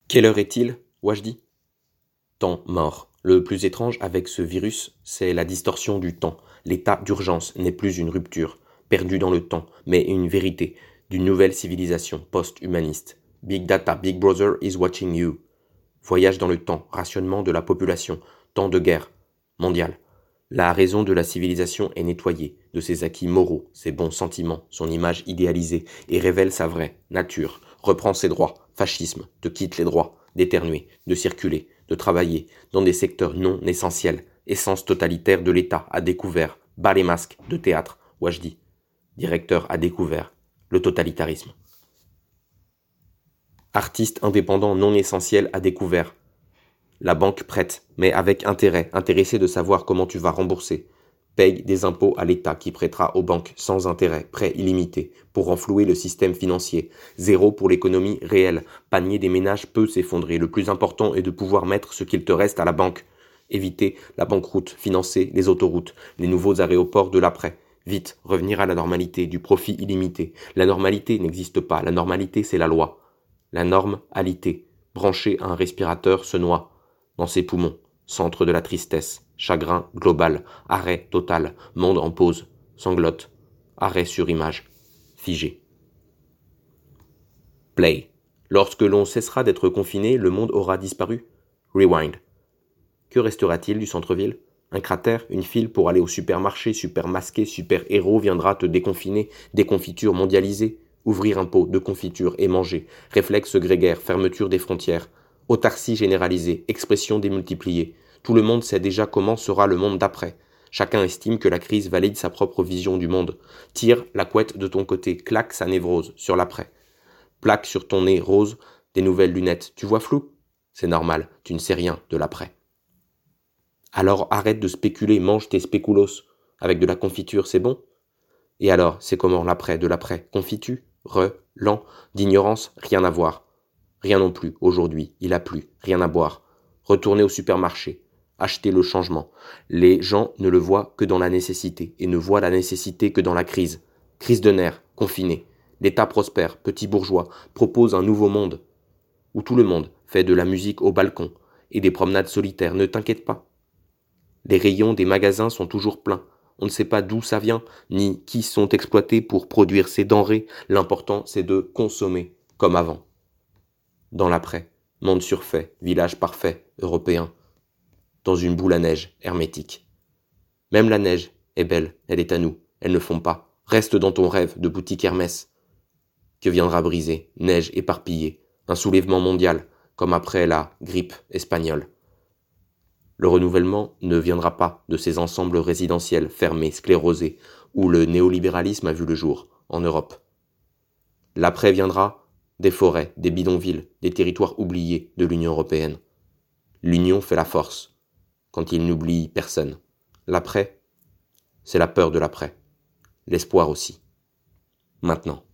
Quelle heure est-il, Wajdi? Temps mort. Le plus étrange avec ce virus, c'est la distorsion du temps. L'état d'urgence n'est plus une rupture, perdue dans le temps, mais une vérité, d'une nouvelle civilisation post-humaniste. Big Data, Big Brother is watching you. Voyage dans le temps, rationnement de la population, temps de guerre mondiale. La raison de la civilisation est nettoyée de ses acquis moraux, ses bons sentiments, son image idéalisée, et révèle sa vraie nature, reprend ses droits, fascisme, te quitte les droits, d'éternuer, de circuler, de travailler, dans des secteurs non essentiels, essence totalitaire de l'État à découvert, bas les masques, de théâtre, Wajdi, directeur à découvert, le totalitarisme. Artiste indépendant non essentiel à découvert, la banque prête, mais avec intérêt, intéressé de savoir comment tu vas rembourser. Paye des impôts à l'État qui prêtera aux banques sans intérêt, prêt illimité, pour renflouer le système financier. Zéro pour l'économie réelle. Panier des ménages peut s'effondrer. Le plus important est de pouvoir mettre ce qu'il te reste à la banque. Éviter la banqueroute, financer les autoroutes, les nouveaux aéroports de l'après. Vite, revenir à la normalité, du profit illimité. La normalité n'existe pas. La normalité, c'est la loi. La normalité, branché à un respirateur, se noie dans ses poumons, centre de la tristesse, chagrin global, arrêt total, monde en pause, sanglote, arrêt sur image, figé. Play. Lorsque l'on cessera d'être confiné, le monde aura disparu. Rewind. Que restera-t-il du centre-ville? Un cratère, une file pour aller au supermarché, super masqué, super héros viendra te déconfiner, déconfiture mondialisée, ouvrir un pot de confiture et manger, réflexe grégaire, fermeture des frontières, autarcie généralisée, expression démultipliée. Tout le monde sait déjà comment sera le monde d'après. Chacun estime que la crise valide sa propre vision du monde. Tire la couette de ton côté, claque sa névrose sur l'après. Plaque sur ton nez rose des nouvelles lunettes. Tu vois flou? C'est normal, tu ne sais rien de l'après. Alors arrête de spéculer, mange tes spéculoos. Avec de la confiture, c'est bon? Et alors, c'est comment l'après de l'après? Confitu? Lent, d'ignorance, rien à voir. Rien non plus, aujourd'hui, il a plu, rien à boire. Retournez au supermarché, achetez le changement. Les gens ne le voient que dans la nécessité, et ne voient la nécessité que dans la crise. Crise de nerfs, confiné. L'État prospère, petit bourgeois, propose un nouveau monde, où tout le monde fait de la musique au balcon, et des promenades solitaires, ne t'inquiète pas. Les rayons des magasins sont toujours pleins. On ne sait pas d'où ça vient, ni qui sont exploités pour produire ces denrées. L'important, c'est de consommer, comme avant. Dans l'après, monde surfait, village parfait, européen. Dans une boule à neige, hermétique. Même la neige est belle, elle est à nous, elle ne fond pas. Reste dans ton rêve de boutique Hermès. Que viendra briser, neige éparpillée, un soulèvement mondial, comme après la grippe espagnole. Le renouvellement ne viendra pas de ces ensembles résidentiels fermés, sclérosés, où le néolibéralisme a vu le jour, en Europe. L'après viendra des forêts, des bidonvilles, des territoires oubliés de l'Union européenne. L'union fait la force, quand il n'oublie personne. L'après, c'est la peur de l'après. L'espoir aussi. Maintenant.